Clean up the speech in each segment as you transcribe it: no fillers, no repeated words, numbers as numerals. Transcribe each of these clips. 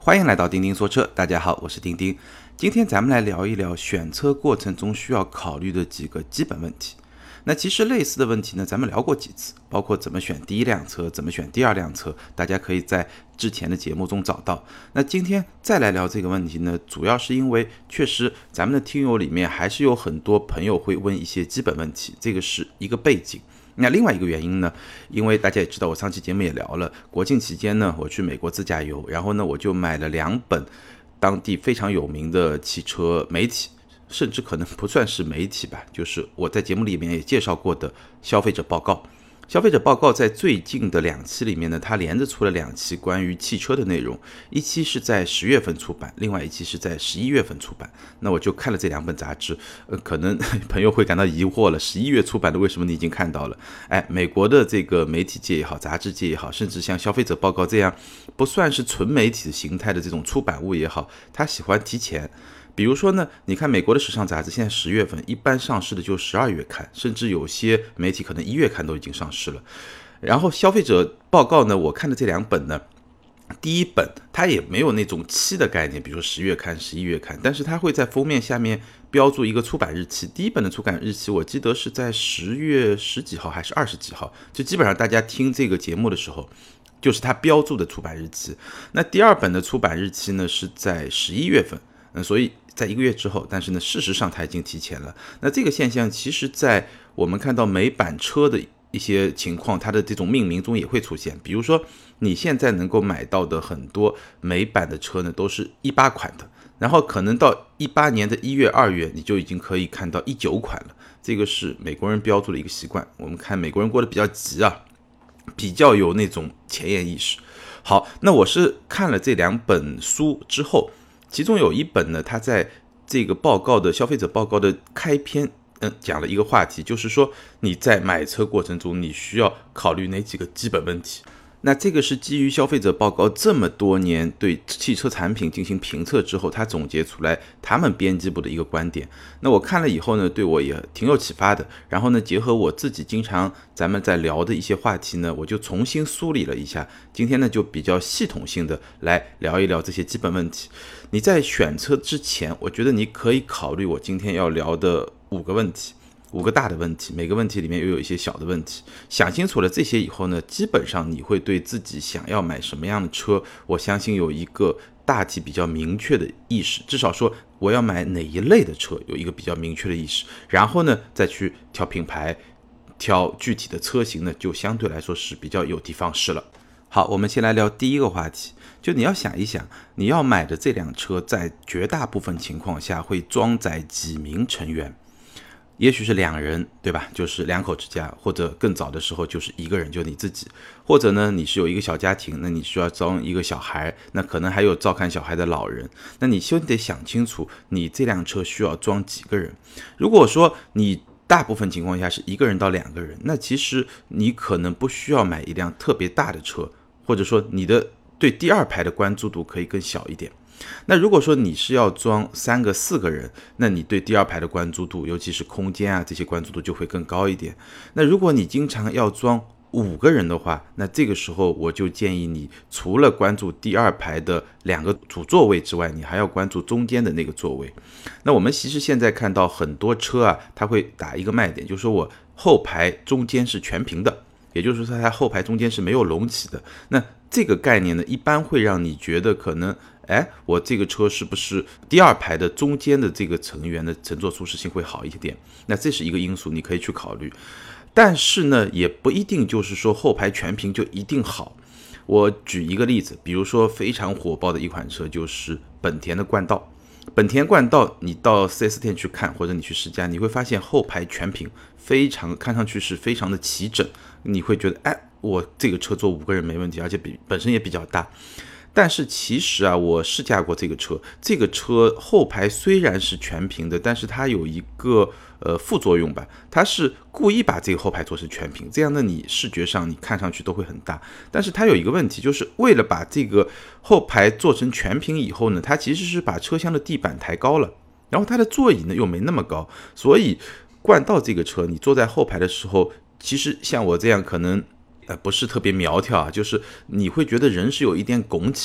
欢迎来到钉钉说车，大家好，我是钉钉。今天咱们来聊一聊选车过程中需要考虑的几个基本问题。那其实类似的问题呢，咱们聊过几次，包括怎么选第一辆车，怎么选第二辆车，大家可以在之前的节目中找到。那今天再来聊这个问题呢，主要是因为确实咱们的听友里面还是有很多朋友会问一些基本问题，这个是一个背景。那另外一个原因呢，因为大家也知道，我上期节目也聊了，国庆期间呢，我去美国自驾游，然后呢，我就买了2本当地非常有名的汽车媒体，甚至可能不算是媒体吧，就是我在节目里面也介绍过的消费者报告。消费者报告在最近的2期里面呢，它连着出了2期关于汽车的内容，一期是在10月份出版，另外一期是在11月份出版。那我就看了这2本杂志，可能朋友会感到疑惑了，11月出版的为什么你已经看到了？美国的这个媒体界也好，杂志界也好，甚至像消费者报告这样不算是纯媒体的形态的这种出版物也好，它喜欢提前。比如说呢，你看美国的时尚杂志现在10月份一般上市的就12月刊，甚至有些媒体可能1月刊都已经上市了。然后消费者报告呢，我看的这2本呢，第一本它也没有那种期的概念，比如说10月刊、11月刊，但是它会在封面下面标注一个出版日期。第一本的出版日期我记得是在10月10几号还是20几号，就基本上大家听这个节目的时候就是它标注的出版日期。那第2本的出版日期呢是在11月份，所以在1个月之后，但是呢，事实上它已经提前了。那这个现象其实在我们看到美版车的一些情况，它的这种命名中也会出现。比如说你现在能够买到的很多美版的车呢，都是18款的，然后可能到18年的1月2月你就已经可以看到19款了。这个是美国人标注的一个习惯。我们看美国人过得比较急啊，比较有那种前沿意识。好，那我是看了这2本书之后，其中有一本呢，它在这个报告的消费者报告的开篇，讲了一个话题，就是说你在买车过程中你需要考虑哪几个基本问题。那这个是基于消费者报告这么多年对汽车产品进行评测之后，他总结出来他们编辑部的一个观点。那我看了以后呢，对我也挺有启发的。然后呢，结合我自己经常咱们在聊的一些话题呢，我就重新梳理了一下。今天呢，就比较系统性的来聊一聊这些基本问题。你在选车之前，我觉得你可以考虑我今天要聊的5个问题。5个大的问题，每个问题里面又有一些小的问题。想清楚了这些以后呢，基本上你会对自己想要买什么样的车，我相信有一个大体比较明确的意识，至少说我要买哪一类的车有一个比较明确的意识，然后呢再去挑品牌，挑具体的车型呢，就相对来说是比较有的放矢了。好，我们先来聊第一个话题，就你要想一想，你要买的这辆车在绝大部分情况下会装载几名成员。也许是2人，对吧？就是2口之家，或者更早的时候就是1个人，就你自己，或者呢你是有一个小家庭，那你需要装一个小孩，那可能还有照看小孩的老人，那你先得想清楚你这辆车需要装几个人。如果说你大部分情况下是1个人到2个人，那其实你可能不需要买一辆特别大的车，或者说你的对第2排的关注度可以更小一点。那如果说你是要装3个4个人，那你对第2排的关注度，尤其是空间啊这些关注度就会更高一点。那如果你经常要装5个人的话，那这个时候我就建议你除了关注第2排的2个主座位之外，你还要关注中间的那个座位。那我们其实现在看到很多车啊，它会打一个卖点，就是说我后排中间是全平的，也就是说它后排中间是没有隆起的。那这个概念呢，一般会让你觉得可能我这个车是不是第2排的中间的这个成员的乘坐舒适性会好一点？那这是一个因素，你可以去考虑。但是呢，也不一定就是说后排全平就一定好。我举一个例子，比如说非常火爆的一款车就是本田的冠道。本田冠道你到 4S 店去看，或者你去试驾，你会发现后排全平，非常看上去是非常的齐整，你会觉得我这个车坐5个人没问题，而且本身也比较大。但是其实啊，我试驾过这个车，这个车后排虽然是全平的，但是它有一个副作用吧，它是故意把这个后排做成全平，这样的你视觉上你看上去都会很大。但是它有一个问题，就是为了把这个后排做成全平以后呢，它其实是把车厢的地板抬高了，然后它的座椅呢又没那么高，所以冠道这个车你坐在后排的时候，其实像我这样可能不是特别苗条啊，就是你会觉得人是有一点拱起的。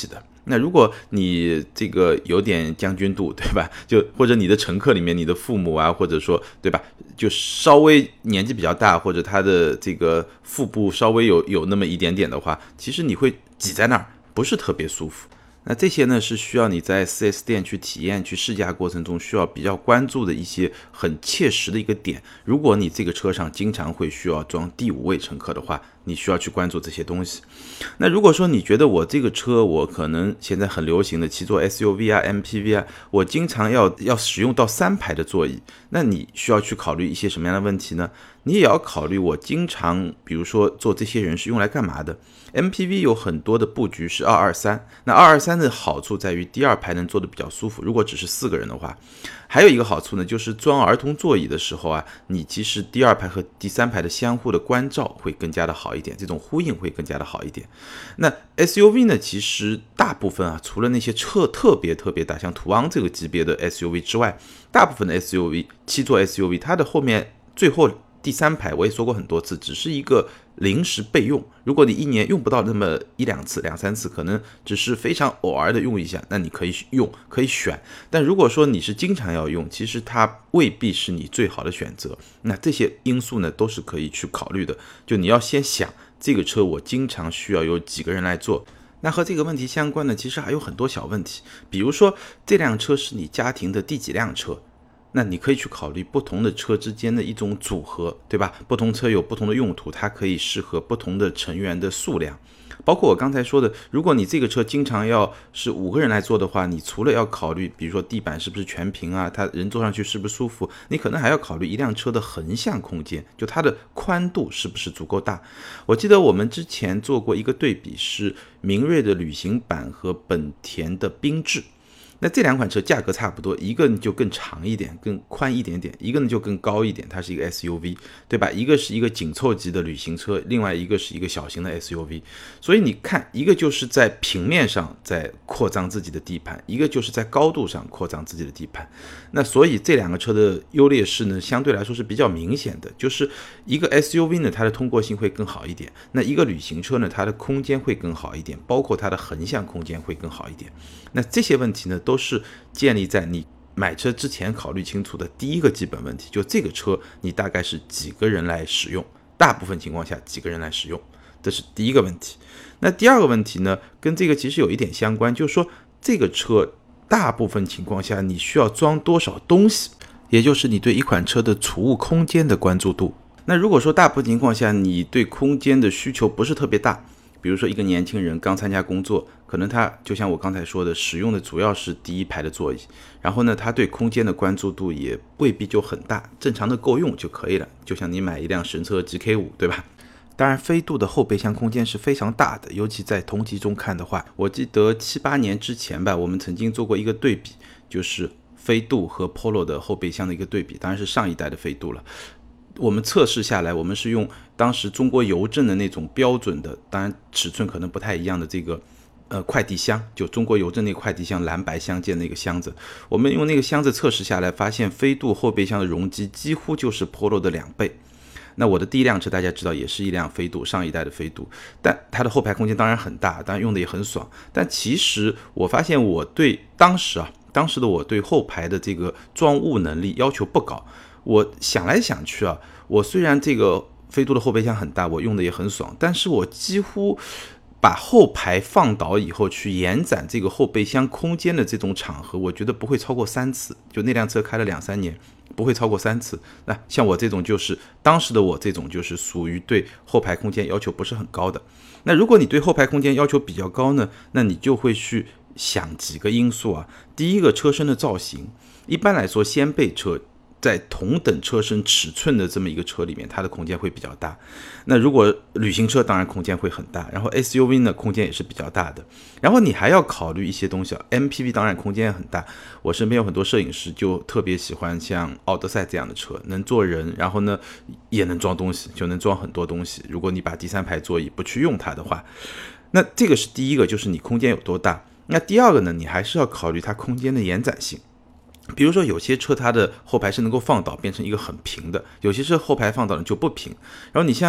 那如果你这个有点将军肚，对吧？就或者你的乘客里面，你的父母啊，或者说对吧，就稍微年纪比较大，或者他的这个腹部稍微有那么一点点的话，其实你会挤在那儿，不是特别舒服。那这些呢是需要你在 4S 店去体验、去试驾过程中需要比较关注的一些很切实的一个点。如果你这个车上经常会需要装第5位乘客的话，你需要去关注这些东西。那如果说你觉得我这个车，我可能现在很流行的七座 SUV 啊、MPV 啊，我经常要使用到3排的座椅，那你需要去考虑一些什么样的问题呢？你也要考虑我经常比如说做这些人是用来干嘛的。MPV 有很多的布局是223，那223的好处在于第2排能坐得比较舒服，如果只是4个人的话。还有一个好处呢，就是装儿童座椅的时候啊，你其实第2排和第3排的相互的关照会更加的好一点，这种呼应会更加的好一点。那 SUV 呢，其实大部分啊，除了那些车特别大，像途昂这个级别的 SUV 之外，大部分的 SUV 7座 SUV 它的后面最后第3排我也说过很多次，只是一个临时备用。如果你一年用不到那么1-2次、2-3次，可能只是非常偶尔的用一下，那你可以用，可以选。但如果说你是经常要用，其实它未必是你最好的选择。那这些因素呢，都是可以去考虑的。就你要先想，这个车我经常需要有几个人来坐。那和这个问题相关的，其实还有很多小问题，比如说这辆车是你家庭的第几辆车。那你可以去考虑不同的车之间的一种组合，对吧？不同车有不同的用途，它可以适合不同的成员的数量。包括我刚才说的，如果你这个车经常要是5个人来坐的话，你除了要考虑比如说地板是不是全平啊，它人坐上去是不是舒服，你可能还要考虑一辆车的横向空间，就它的宽度是不是足够大。我记得我们之前做过一个对比，是明锐的旅行版和本田的缤智。那这2款车价格差不多，一个就更长一点，更宽一点点，一个呢就更高一点，它是一个 SUV， 对吧？一个是一个紧凑级的旅行车，另外一个是一个小型的 SUV。所以你看，一个就是在平面上在扩张自己的地盘，一个就是在高度上扩张自己的地盘。那所以这2个车的优劣势呢，相对来说是比较明显的，就是一个 SUV 呢，它的通过性会更好一点，那一个旅行车呢，它的空间会更好一点，包括它的横向空间会更好一点。那这些问题呢，都是建立在你买车之前考虑清楚的第一个基本问题，就这个车你大概是几个人来使用，大部分情况下几个人来使用，这是第一个问题。那第二个问题呢，跟这个其实有一点相关，就是说这个车大部分情况下你需要装多少东西，也就是你对一款车的储物空间的关注度。那如果说大部分情况下你对空间的需求不是特别大，比如说一个年轻人刚参加工作，可能他就像我刚才说的，使用的主要是第1排的座椅，然后呢，他对空间的关注度也未必就很大，正常的够用就可以了。就像你买一辆神车 GK5， 对吧？当然飞度的后备箱空间是非常大的，尤其在同级中看的话，我记得7-8年之前吧，我们曾经做过一个对比，就是飞度和 Polo 的后备箱的一个对比，当然是上一代的飞度了。我们测试下来，我们是用当时中国邮政的那种标准的，当然尺寸可能不太一样的这个快递箱，就中国邮政那个快递箱蓝白相间那个箱子，我们用那个箱子测试下来，发现飞度后备箱的容积几乎就是 Polo 的2倍。那我的第一辆车大家知道也是一辆飞度，上一代的飞度，但它的后排空间当然很大，当然用的也很爽。但其实我发现我对当时的我对后排的这个装物能力要求不高。我想来想去啊，我虽然这个飞度的后备箱很大，我用的也很爽，但是我几乎把后排放倒以后去延展这个后备箱空间的这种场合，我觉得不会超过3次。就那辆车开了2-3年，不会超过3次。那像我这种就是当时的我这种就是属于对后排空间要求不是很高的。那如果你对后排空间要求比较高呢，那你就会去想几个因素啊。第一个，车身的造型，一般来说掀背车在同等车身尺寸的这么一个车里面，它的空间会比较大。那如果旅行车当然空间会很大，然后 SUV 呢空间也是比较大的。然后你还要考虑一些东西MPV 当然空间也很大。我身边有很多摄影师就特别喜欢像奥德赛这样的车，能坐人，然后呢也能装东西，就能装很多东西。如果你把第3排座椅不去用它的话，那这个是第一个，就是你空间有多大。那第二个呢，你还是要考虑它空间的延展性。比如说有些车它的后排是能够放倒变成一个很平的，有些车后排放倒就不平。然后你像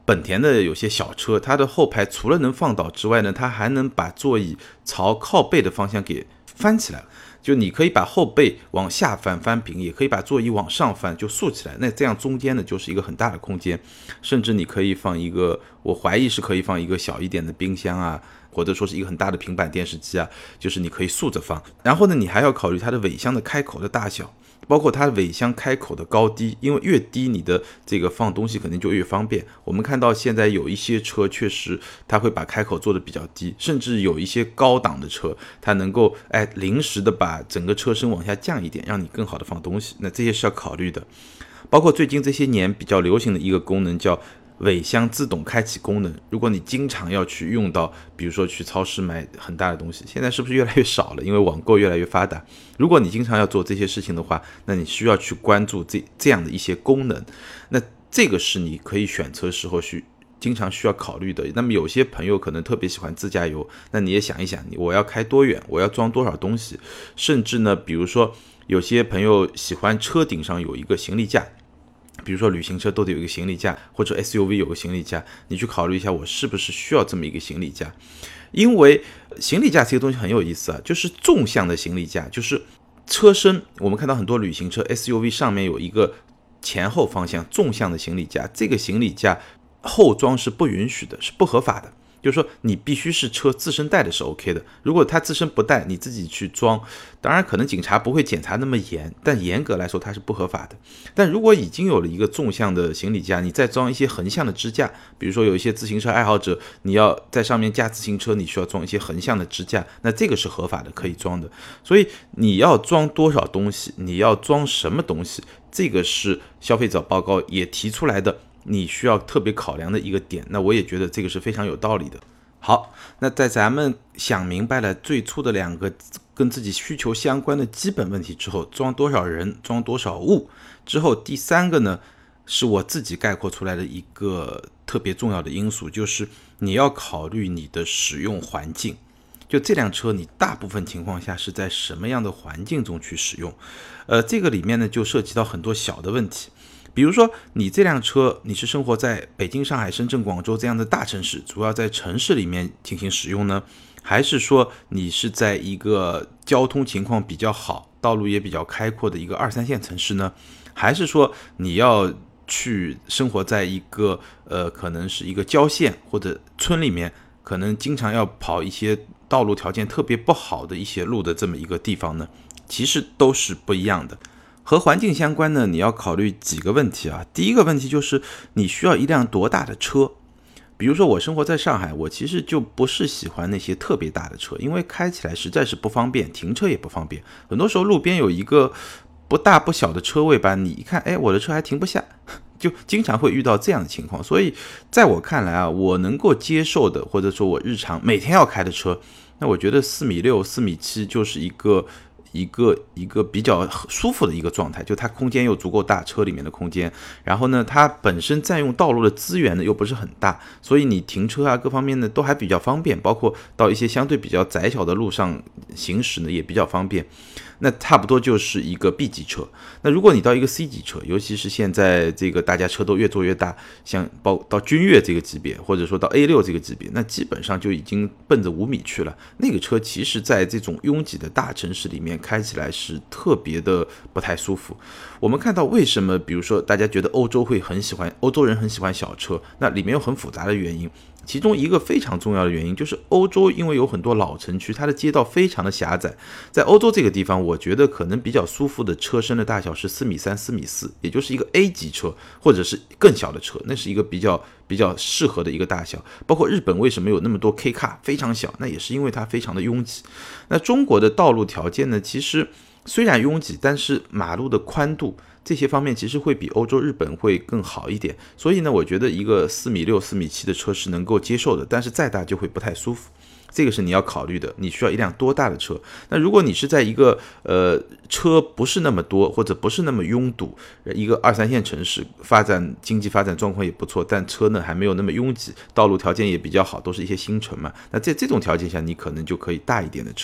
本田的有些小车，它的后排除了能放倒之外呢，它还能把座椅朝靠背的方向给翻起来，就你可以把后背往下翻平，也可以把座椅往上翻，就竖起来。那这样中间呢就是一个很大的空间，甚至你可以放一个，我怀疑是可以放一个小一点的冰箱啊，或者说是一个很大的平板电视机啊，就是你可以竖着放。然后呢，你还要考虑它的尾箱的开口的大小，包括它尾箱开口的高低，因为越低你的这个放东西肯定就越方便。我们看到现在有一些车确实它会把开口做的比较低，甚至有一些高档的车它能够临时的把整个车身往下降一点，让你更好的放东西，那这些是要考虑的。包括最近这些年比较流行的一个功能叫尾箱自动开启功能，如果你经常要去用到，比如说去超市买很大的东西，现在是不是越来越少了？因为网购越来越发达。如果你经常要做这些事情的话，那你需要去关注这样的一些功能。那这个是你可以选车时候经常需要考虑的。那么有些朋友可能特别喜欢自驾游，那你也想一想，我要开多远，我要装多少东西，甚至呢，比如说有些朋友喜欢车顶上有一个行李架。比如说旅行车都得有一个行李架，或者 SUV 有个行李架，你去考虑一下我是不是需要这么一个行李架。因为行李架这个东西很有意思啊，就是纵向的行李架，就是车身我们看到很多旅行车 SUV 上面有一个前后方向纵向的行李架，这个行李架后装是不允许的，是不合法的。就是说你必须是车自身带的是 OK 的，如果它自身不带，你自己去装，当然可能警察不会检查那么严，但严格来说它是不合法的。但如果已经有了一个纵向的行李架，你再装一些横向的支架，比如说有一些自行车爱好者，你要在上面架自行车，你需要装一些横向的支架，那这个是合法的，可以装的。所以你要装多少东西，你要装什么东西，这个是消费者报告也提出来的，你需要特别考量的一个点，那我也觉得这个是非常有道理的。好，那在咱们想明白了最初的两个跟自己需求相关的基本问题之后，装多少人，装多少物之后，第三个呢，是我自己概括出来的一个特别重要的因素，就是你要考虑你的使用环境。就这辆车你大部分情况下是在什么样的环境中去使用，这个里面呢就涉及到很多小的问题。比如说你这辆车你是生活在北京、上海、深圳、广州这样的大城市，主要在城市里面进行使用呢，还是说你是在一个交通情况比较好、道路也比较开阔的一个2、3线城市呢？还是说你要去生活在一个可能是一个郊县或者村里面，可能经常要跑一些道路条件特别不好的一些路的这么一个地方呢？其实都是不一样的。和环境相关呢，你要考虑几个问题啊。第一个问题就是你需要一辆多大的车。比如说我生活在上海，我其实就不是喜欢那些特别大的车，因为开起来实在是不方便，停车也不方便。很多时候路边有一个不大不小的车位吧，你一看，我的车还停不下，就经常会遇到这样的情况。所以在我看来啊，我能够接受的，或者说我日常每天要开的车，那我觉得4.6米、4.7米就是一个比较舒服的一个状态，就它空间又足够大，车里面的空间，然后呢，它本身占用道路的资源呢又不是很大，所以你停车啊各方面呢都还比较方便，包括到一些相对比较窄小的路上行驶呢也比较方便。那差不多就是一个 B 级车。那如果你到一个 C 级车，尤其是现在这个大家车都越做越大，像到君越这个级别，或者说到 A6 这个级别，那基本上就已经奔着5米去了。那个车其实在这种拥挤的大城市里面开起来是特别的不太舒服。我们看到为什么比如说大家觉得欧洲人很喜欢小车，那里面有很复杂的原因。其中一个非常重要的原因就是欧洲因为有很多老城区，它的街道非常的狭窄。在欧洲这个地方，我觉得可能比较舒服的车身的大小是4.3米、4.4米，也就是一个 A 级车或者是更小的车，那是一个比较适合的一个大小。包括日本为什么有那么多 K car 非常小，那也是因为它非常的拥挤。那中国的道路条件呢，其实虽然拥挤，但是马路的宽度这些方面其实会比欧洲、日本会更好一点，所以呢，我觉得一个4.6米、4.7米的车是能够接受的，但是再大就会不太舒服，这个是你要考虑的。你需要一辆多大的车？那如果你是在一个车不是那么多或者不是那么拥堵，一个2、3线城市，经济发展状况也不错，但车呢还没有那么拥挤，道路条件也比较好，都是一些新城嘛，那在这种条件下，你可能就可以大一点的车。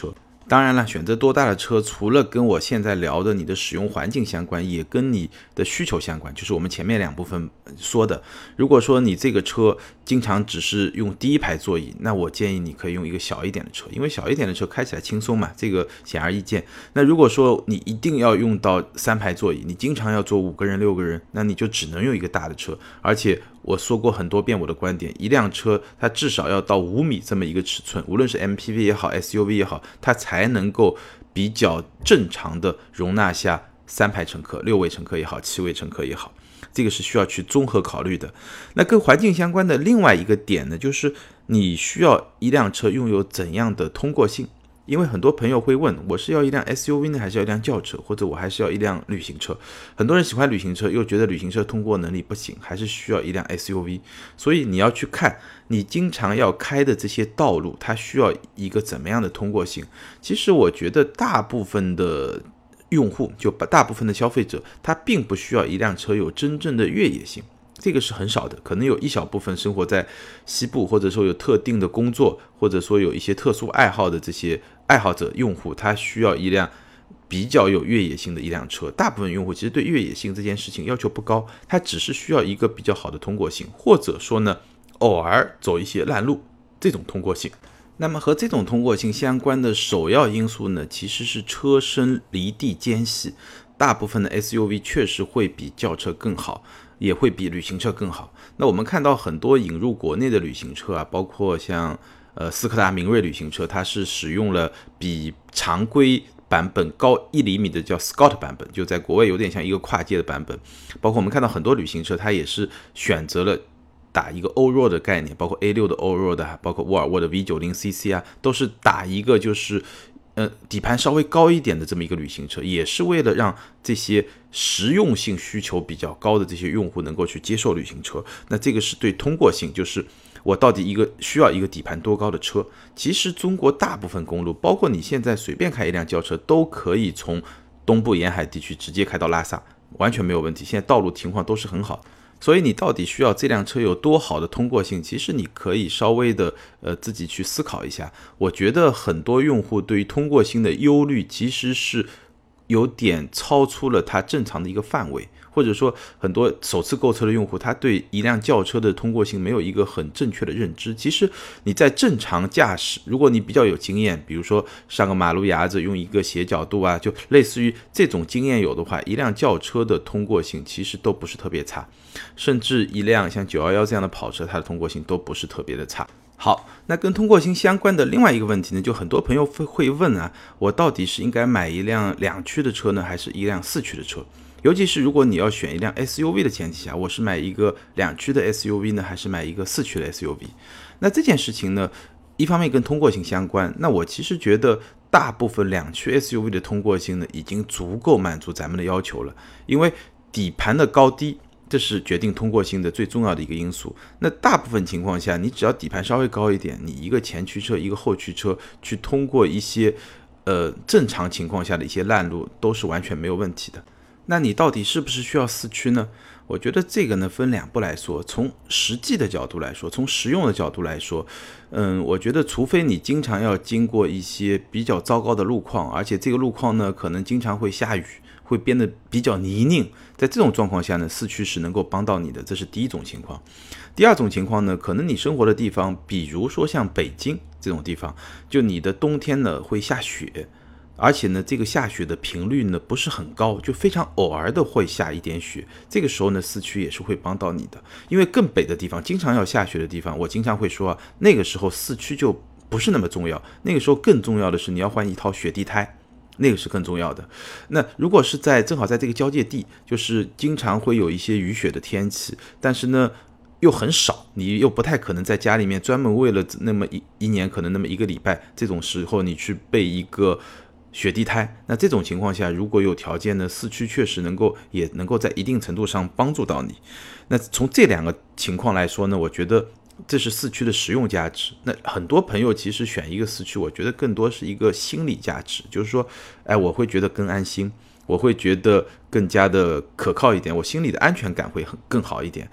当然了，选择多大的车，除了跟我现在聊的你的使用环境相关，也跟你的需求相关，就是我们前面2部分说的。如果说你这个车经常只是用第一排座椅，那我建议你可以用一个小一点的车，因为小一点的车开起来轻松嘛，这个显而易见。那如果说你一定要用到3排座椅，你经常要坐5个人6个人，那你就只能用一个大的车。而且我说过很多遍我的观点，一辆车它至少要到5米这么一个尺寸，无论是 MPV 也好 SUV 也好，它才能够比较正常的容纳下3排乘客、6位乘客也好、7位乘客也好，这个是需要去综合考虑的。那跟环境相关的另外一个点呢，就是你需要一辆车拥有怎样的通过性。因为很多朋友会问，我是要一辆 SUV 呢，还是要一辆轿车，或者我还是要一辆旅行车？很多人喜欢旅行车，又觉得旅行车通过能力不行，还是需要一辆 SUV。所以你要去看你经常要开的这些道路，它需要一个怎么样的通过性。其实我觉得大部分的用户，就大部分的消费者，他并不需要一辆车有真正的越野性。这个是很少的，可能有一小部分生活在西部，或者说有特定的工作，或者说有一些特殊爱好的这些爱好者用户，他需要一辆比较有越野性的一辆车。大部分用户其实对越野性这件事情要求不高，他只是需要一个比较好的通过性，或者说呢，偶尔走一些烂路这种通过性。那么和这种通过性相关的首要因素呢，其实是车身离地间隙。大部分的 SUV 确实会比轿车更好，也会比旅行车更好。那我们看到很多引入国内的旅行车啊，包括像斯柯达明锐旅行车，它是使用了比常规版本高1厘米的叫 Scott 版本，就在国外有点像一个跨界的版本。包括我们看到很多旅行车，它也是选择了打一个欧若的概念，包括 A6 的欧若的，包括沃尔沃的 V90cc 啊，都是打一个就是底盘稍微高一点的这么一个旅行车，也是为了让这些实用性需求比较高的这些用户能够去接受旅行车。那这个是对通过性，就是我到底需要一个底盘多高的车。其实中国大部分公路，包括你现在随便开一辆轿车，都可以从东部沿海地区直接开到拉萨，完全没有问题。现在道路情况都是很好。所以你到底需要这辆车有多好的通过性，其实你可以稍微的自己去思考一下。我觉得很多用户对于通过性的忧虑其实是有点超出了它正常的一个范围，或者说很多首次购车的用户，他对一辆轿车的通过性没有一个很正确的认知。其实你在正常驾驶，如果你比较有经验，比如说上个马路牙子用一个斜角度啊，就类似于这种经验有的话，一辆轿车的通过性其实都不是特别差，甚至一辆像911这样的跑车，它的通过性都不是特别的差。好，那跟通过性相关的另外一个问题呢，就很多朋友会问啊，我到底是应该买一辆2驱的车呢，还是一辆4驱的车？尤其是如果你要选一辆 SUV 的前提下，我是买一个2驱的 SUV 呢，还是买一个4驱的 SUV？ 那这件事情呢，一方面跟通过性相关，那我其实觉得大部分2驱 SUV 的通过性呢，已经足够满足咱们的要求了，因为底盘的高低，这是决定通过性的最重要的一个因素。那大部分情况下，你只要底盘稍微高一点，你一个前驱车一个后驱车去通过一些正常情况下的一些烂路，都是完全没有问题的。那你到底是不是需要4驱呢？我觉得这个呢分2步来说。从实际的角度来说，从实用的角度来说，我觉得除非你经常要经过一些比较糟糕的路况，而且这个路况呢可能经常会下雨，会变得比较泥泞，在这种状况下呢，4驱是能够帮到你的，这是第一种情况。第二种情况呢，可能你生活的地方，比如说像北京这种地方，就你的冬天呢会下雪，而且呢，这个下雪的频率呢不是很高，就非常偶尔的会下一点雪。这个时候呢，4驱也是会帮到你的。因为更北的地方，经常要下雪的地方，我经常会说那个时候4驱就不是那么重要，那个时候更重要的是你要换一套雪地胎，那个是更重要的。那如果是正好在这个交界地，就是经常会有一些雨雪的天气，但是呢又很少，你又不太可能在家里面专门为了那么一年可能那么1个礼拜，这种时候你去备一个雪地胎，那这种情况下如果有条件呢，4驱确实也能够在一定程度上帮助到你。那从这2个情况来说呢，我觉得这是4驱的实用价值。那很多朋友其实选一个4驱，我觉得更多是一个心理价值，就是说我会觉得更安心，我会觉得更加的可靠一点，我心里的安全感会更好一点。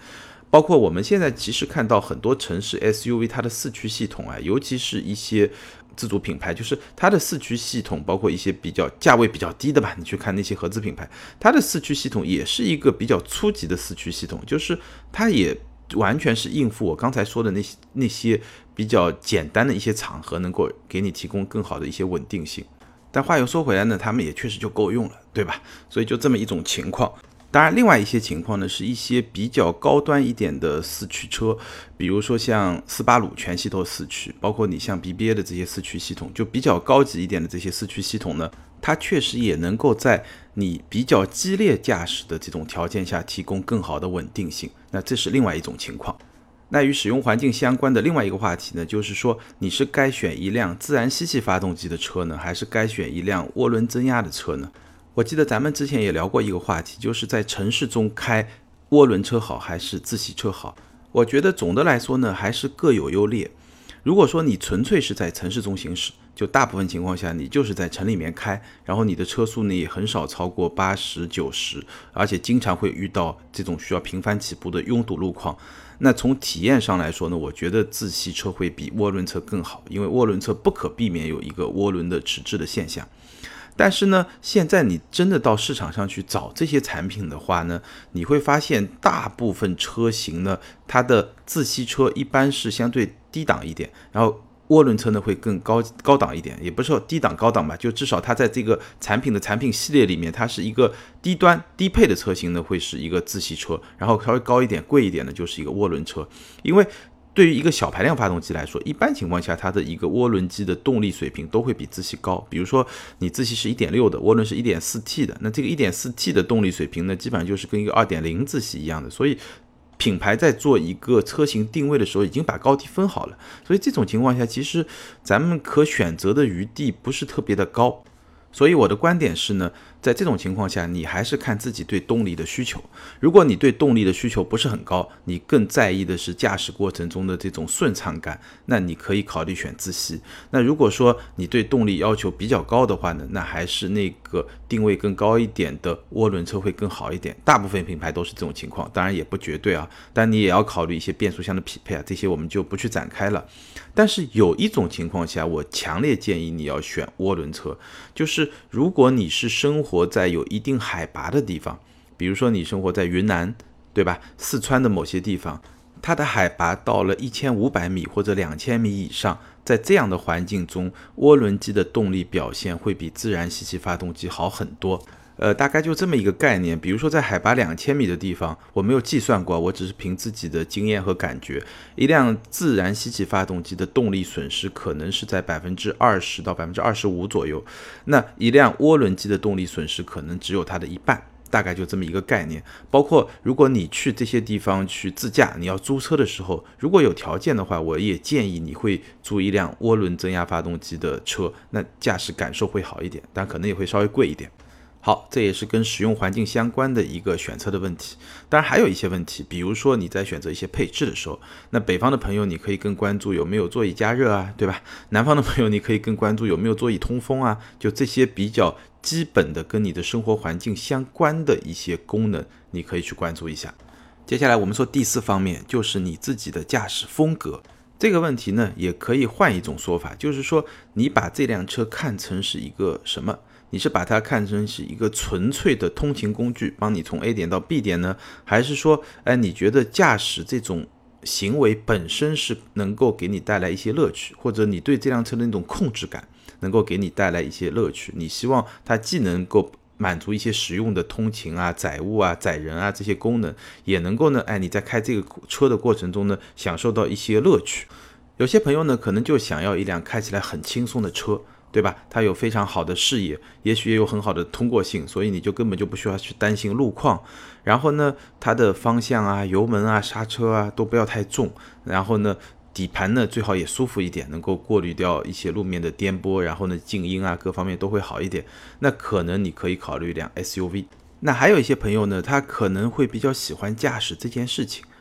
包括我们现在其实看到很多城市 SUV 它的四驱系统啊，尤其是一些自主品牌，就是它的四驱系统，包括一些比较价位比较低的吧，你去看那些合资品牌，它的四驱系统也是一个比较初级的四驱系统，就是它也完全是应付我刚才说的那些比较简单的一些场合，能够给你提供更好的一些稳定性。但话又说回来呢，他们也确实就够用了，对吧？所以就这么一种情况。当然，另外一些情况呢，是一些比较高端一点的四驱车，比如说像486全系都四驱，包括你像 BBA 的这些四驱系统，就比较高级一点的这些四驱系统呢，它确实也能够在你比较激烈驾驶的这种条件下提供更好的稳定性。那这是另外一种情况。那与使用环境相关的另外一个话题呢，就是说你是该选一辆自然吸气发动机的车呢，还是该选一辆涡轮增压的车呢？我记得咱们之前也聊过一个话题，就是在城市中开涡轮车好还是自吸车好。我觉得总的来说呢，还是各有优劣。如果说你纯粹是在城市中行驶，就大部分情况下你就是在城里面开，然后你的车速呢也很少超过80、90，而且经常会遇到这种需要频繁起步的拥堵路况。那从体验上来说呢，我觉得自吸车会比涡轮车更好，因为涡轮车不可避免有一个涡轮的迟滞的现象。但是呢，现在你真的到市场上去找这些产品的话呢，你会发现大部分车型呢，它的自吸车一般是相对低档一点，然后涡轮车呢会更高档一点，也不是说低档高档吧，就至少它在这个产品系列里面，它是一个低端低配的车型呢，会是一个自吸车，然后稍微高一点贵一点的就是一个涡轮车。因为对于一个小排量发动机来说，一般情况下它的一个涡轮机的动力水平都会比自吸高。比如说你自吸是 1.6 的，涡轮是 1.4T 的，那这个 1.4T 的动力水平呢，基本上就是跟一个 2.0 自吸一样的。所以品牌在做一个车型定位的时候已经把高低分好了，所以这种情况下其实咱们可选择的余地不是特别的高。所以我的观点是呢，在这种情况下你还是看自己对动力的需求。如果你对动力的需求不是很高，你更在意的是驾驶过程中的这种顺畅感，那你可以考虑选自吸。那如果说你对动力要求比较高的话呢，那还是那个定位更高一点的涡轮车会更好一点。大部分品牌都是这种情况，当然也不绝对啊，但你也要考虑一些变速箱的匹配啊，这些我们就不去展开了。但是有一种情况下，我强烈建议你要选涡轮车，就是如果你是生活在有一定海拔的地方，比如说你生活在云南，对吧？四川的某些地方，它的海拔到了1500米或者2000米以上，在这样的环境中，涡轮机的动力表现会比自然吸气发动机好很多。大概就这么一个概念。比如说在海拔2000米的地方，我没有计算过，我只是凭自己的经验和感觉，一辆自然吸气发动机的动力损失可能是在20%到25%左右，那一辆涡轮机的动力损失可能只有它的一半，大概就这么一个概念。包括如果你去这些地方去自驾，你要租车的时候，如果有条件的话，我也建议你会租一辆涡轮增压发动机的车，那驾驶感受会好一点，但可能也会稍微贵一点。好，这也是跟使用环境相关的一个选车的问题。当然还有一些问题，比如说你在选择一些配置的时候，那北方的朋友你可以更关注有没有座椅加热啊，对吧？南方的朋友你可以更关注有没有座椅通风啊，就这些比较基本的跟你的生活环境相关的一些功能，你可以去关注一下。接下来我们说第4方面，就是你自己的驾驶风格。这个问题呢，也可以换一种说法，就是说你把这辆车看成是一个什么？你是把它看成是一个纯粹的通勤工具，帮你从 A 点到 B 点呢？还是说，你觉得驾驶这种行为本身是能够给你带来一些乐趣，或者你对这辆车的那种控制感能够给你带来一些乐趣？你希望它既能够满足一些实用的通勤啊、载物啊、载人啊这些功能，也能够呢，你在开这个车的过程中呢，享受到一些乐趣。有些朋友呢，可能就想要一辆开起来很轻松的车，对吧？它有非常好的视野，也许也有很好的通过性，所以你就根本就不需要去担心路况。然后呢，它的方向啊、油门啊、刹车啊都不要太重。然后呢，底盘呢最好也舒服一点，能够过滤掉一些路面的颠簸，然后呢静音啊各方面都会好一点。那可能你可以考虑一辆 SUV。那还有一些朋友呢，他可能会比较喜欢驾驶这件事情，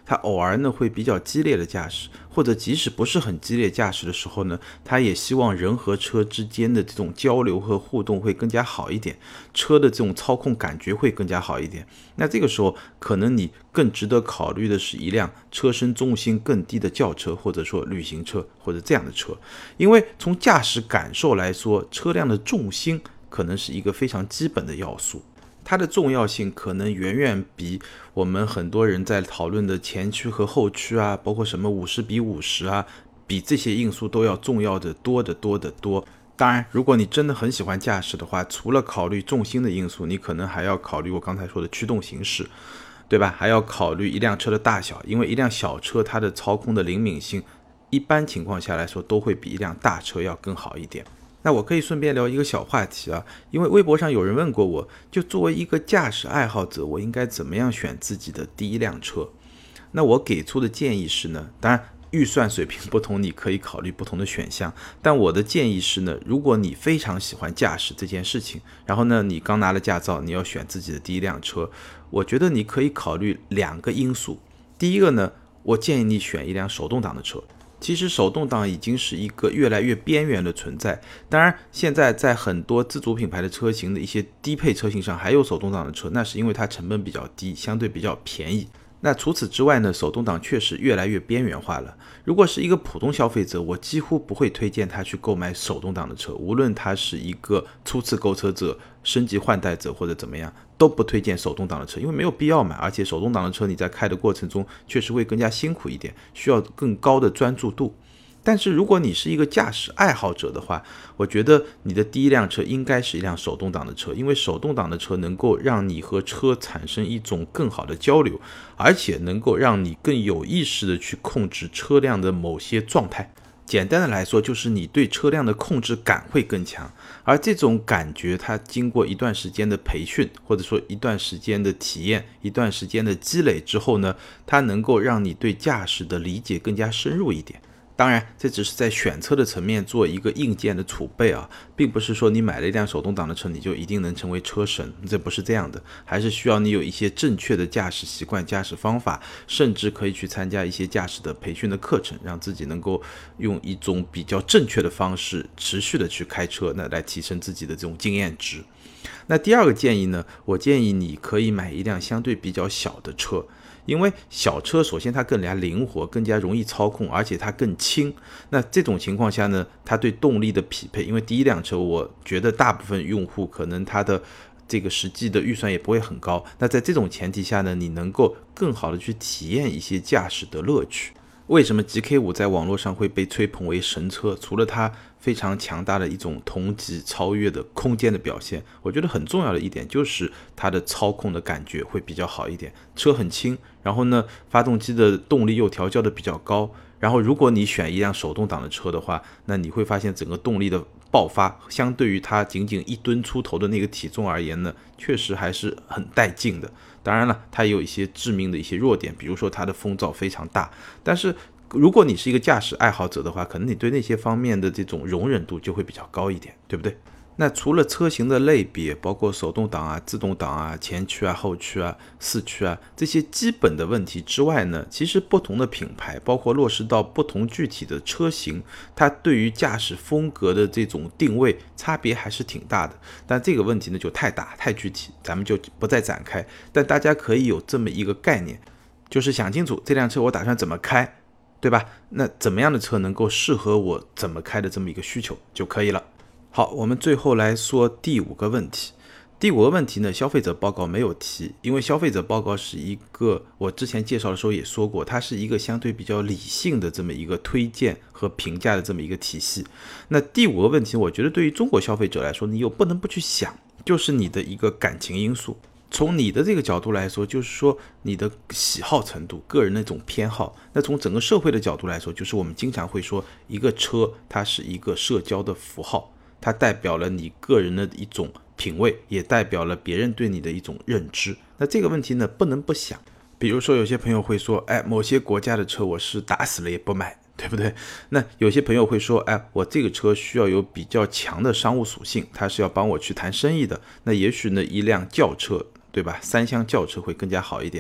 他偶尔呢会比较激烈的驾驶，或者即使不是很激烈驾驶的时候呢，他也希望人和车之间的这种交流和互动会更加好一点，车的这种操控感觉会更加好一点。那这个时候可能你更值得考虑的是一辆车身重心更低的轿车，或者说旅行车或者这样的车。因为从驾驶感受来说，车辆的重心可能是一个非常基本的要素，它的重要性可能远远比我们很多人在讨论的前驱和后驱啊，包括什么50:50啊，比这些因素都要重要的多得多得多。当然，如果你真的很喜欢驾驶的话，除了考虑重心的因素，你可能还要考虑我刚才说的驱动形式，对吧？还要考虑一辆车的大小，因为一辆小车它的操控的灵敏性，一般情况下来说都会比一辆大车要更好一点。那我可以顺便聊一个小话题啊，因为微博上有人问过我，就作为一个驾驶爱好者，我应该怎么样选自己的第一辆车？那我给出的建议是呢，当然预算水平不同，你可以考虑不同的选项，但我的建议是呢，如果你非常喜欢驾驶这件事情，然后呢，你刚拿了驾照，你要选自己的第一辆车，我觉得你可以考虑2个因素。第一个呢，我建议你选一辆手动挡的车。其实手动挡已经是一个越来越边缘的存在，当然现在在很多自主品牌的车型的一些低配车型上还有手动挡的车，那是因为它成本比较低，相对比较便宜。那除此之外呢，手动挡确实越来越边缘化了。如果是一个普通消费者，我几乎不会推荐他去购买手动挡的车，无论他是一个初次购车者、升级换代者或者怎么样，都不推荐手动挡的车，因为没有必要买。而且手动挡的车你在开的过程中确实会更加辛苦一点，需要更高的专注度。但是如果你是一个驾驶爱好者的话，我觉得你的第一辆车应该是一辆手动挡的车，因为手动挡的车能够让你和车产生一种更好的交流，而且能够让你更有意识的去控制车辆的某些状态。简单的来说，就是你对车辆的控制感会更强，而这种感觉它经过一段时间的培训，或者说一段时间的体验，一段时间的积累之后呢，它能够让你对驾驶的理解更加深入一点。当然这只是在选车的层面做一个硬件的储备啊，并不是说你买了一辆手动挡的车你就一定能成为车神，这不是这样的，还是需要你有一些正确的驾驶习惯、驾驶方法，甚至可以去参加一些驾驶的培训的课程，让自己能够用一种比较正确的方式持续的去开车，那来提升自己的这种经验值。那第二个建议呢，我建议你可以买一辆相对比较小的车，因为小车首先它更加灵活，更加容易操控，而且它更轻。那这种情况下呢，它对动力的匹配，因为第一辆车我觉得大部分用户可能它的这个实际的预算也不会很高，那在这种前提下呢，你能够更好的去体验一些驾驶的乐趣。为什么 GK5 在网络上会被吹捧为神车？除了它非常强大的一种同级超越的空间的表现，我觉得很重要的一点就是它的操控的感觉会比较好一点。车很轻，然后呢，发动机的动力又调教的比较高。然后如果你选一辆手动挡的车的话，那你会发现整个动力的爆发，相对于它仅仅1吨出头的那个体重而言呢，确实还是很带劲的。当然了，它也有一些致命的一些弱点，比如说它的风噪非常大。但是如果你是一个驾驶爱好者的话，可能你对那些方面的这种容忍度就会比较高一点，对不对？那除了车型的类别，包括手动挡啊、自动挡啊、前驱啊、后驱啊、四驱啊这些基本的问题之外呢，其实不同的品牌，包括落实到不同具体的车型，它对于驾驶风格的这种定位差别还是挺大的。但这个问题呢就太大太具体，咱们就不再展开。但大家可以有这么一个概念，就是想清楚这辆车我打算怎么开，对吧？那怎么样的车能够适合我怎么开的这么一个需求就可以了。好，我们最后来说第5个问题。第5个问题呢，消费者报告没有提，因为消费者报告是一个，我之前介绍的时候也说过，它是一个相对比较理性的这么一个推荐和评价的这么一个体系。那第5个问题，我觉得对于中国消费者来说，你又不能不去想，就是你的一个感情因素。从你的这个角度来说，就是说你的喜好程度、个人的一种偏好。那从整个社会的角度来说，就是我们经常会说，一个车它是一个社交的符号，它代表了你个人的一种品味，也代表了别人对你的一种认知。那这个问题呢，不能不想。比如说有些朋友会说，某些国家的车我是打死了也不买，对不对？那有些朋友会说，我这个车需要有比较强的商务属性，它是要帮我去谈生意的。那也许呢，一辆轿车，对吧？3厢轿车会更加好一点。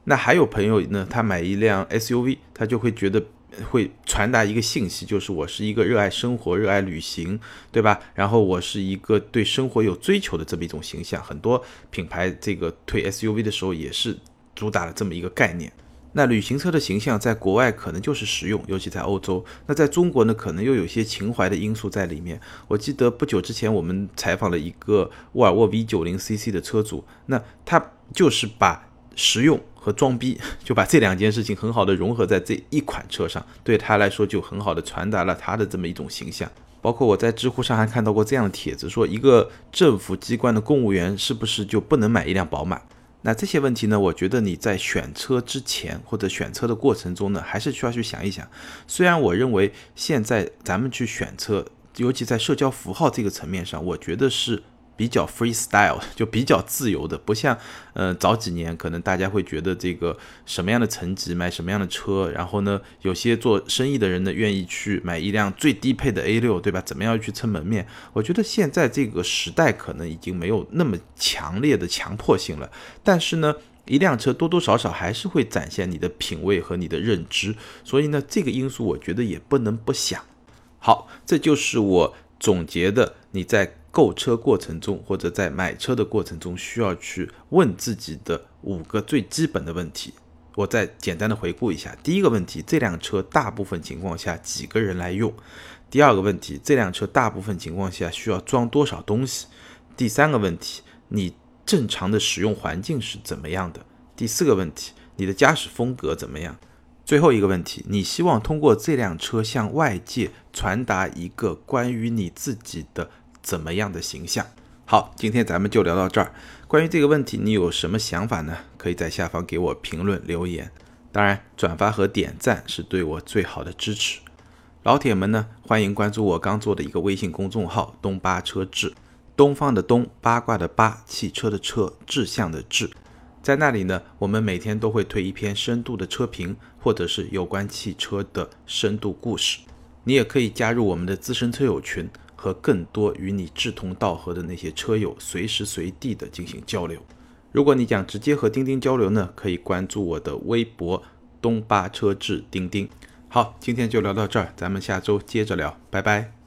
那还有朋友呢，他买一辆 SUV， 他就会觉得会传达一个信息，就是我是一个热爱生活、热爱旅行，对吧？然后我是一个对生活有追求的这么一种形象。很多品牌这个推 SUV 的时候也是主打了这么一个概念。那旅行车的形象在国外可能就是实用，尤其在欧洲。那在中国呢，可能又有些情怀的因素在里面。我记得不久之前我们采访了一个沃尔沃 V90cc 的车主，那他就是把实用和装逼，就把这两件事情很好的融合在这一款车上，对他来说就很好的传达了他的这么一种形象。包括我在知乎上还看到过这样的帖子，说一个政府机关的公务员是不是就不能买一辆宝马？那这些问题呢，我觉得你在选车之前或者选车的过程中呢，还是需要去想一想。虽然我认为现在咱们去选车，尤其在社交符号这个层面上，我觉得是比较 freestyle， 就比较自由的，不像早几年可能大家会觉得这个什么样的层级买什么样的车，然后呢有些做生意的人呢愿意去买一辆最低配的 A6， 对吧？怎么样去撑门面？我觉得现在这个时代可能已经没有那么强烈的强迫性了，但是呢一辆车多多少少还是会展现你的品味和你的认知，所以呢这个因素我觉得也不能不想。好，这就是我总结的你在购车过程中或者在买车的过程中需要去问自己的5个最基本的问题。我再简单的回顾一下。第一个问题，这辆车大部分情况下几个人来用？第二个问题，这辆车大部分情况下需要装多少东西？第三个问题，你正常的使用环境是怎么样的？第四个问题，你的驾驶风格怎么样？最后一个问题，你希望通过这辆车向外界传达一个关于你自己的怎么样的形象？好，今天咱们就聊到这儿。关于这个问题，你有什么想法呢？可以在下方给我评论留言。当然，转发和点赞是对我最好的支持。老铁们呢，欢迎关注我刚做的一个微信公众号东八车志，东方的东，八卦的八，汽车的车，志向的志。在那里呢，我们每天都会推一篇深度的车评，或者是有关汽车的深度故事。你也可以加入我们的资深车友群，和更多与你志同道合的那些车友随时随地的进行交流。如果你想直接和钉钉交流呢，可以关注我的微博东八车志钉钉。好，今天就聊到这儿，咱们下周接着聊，拜拜。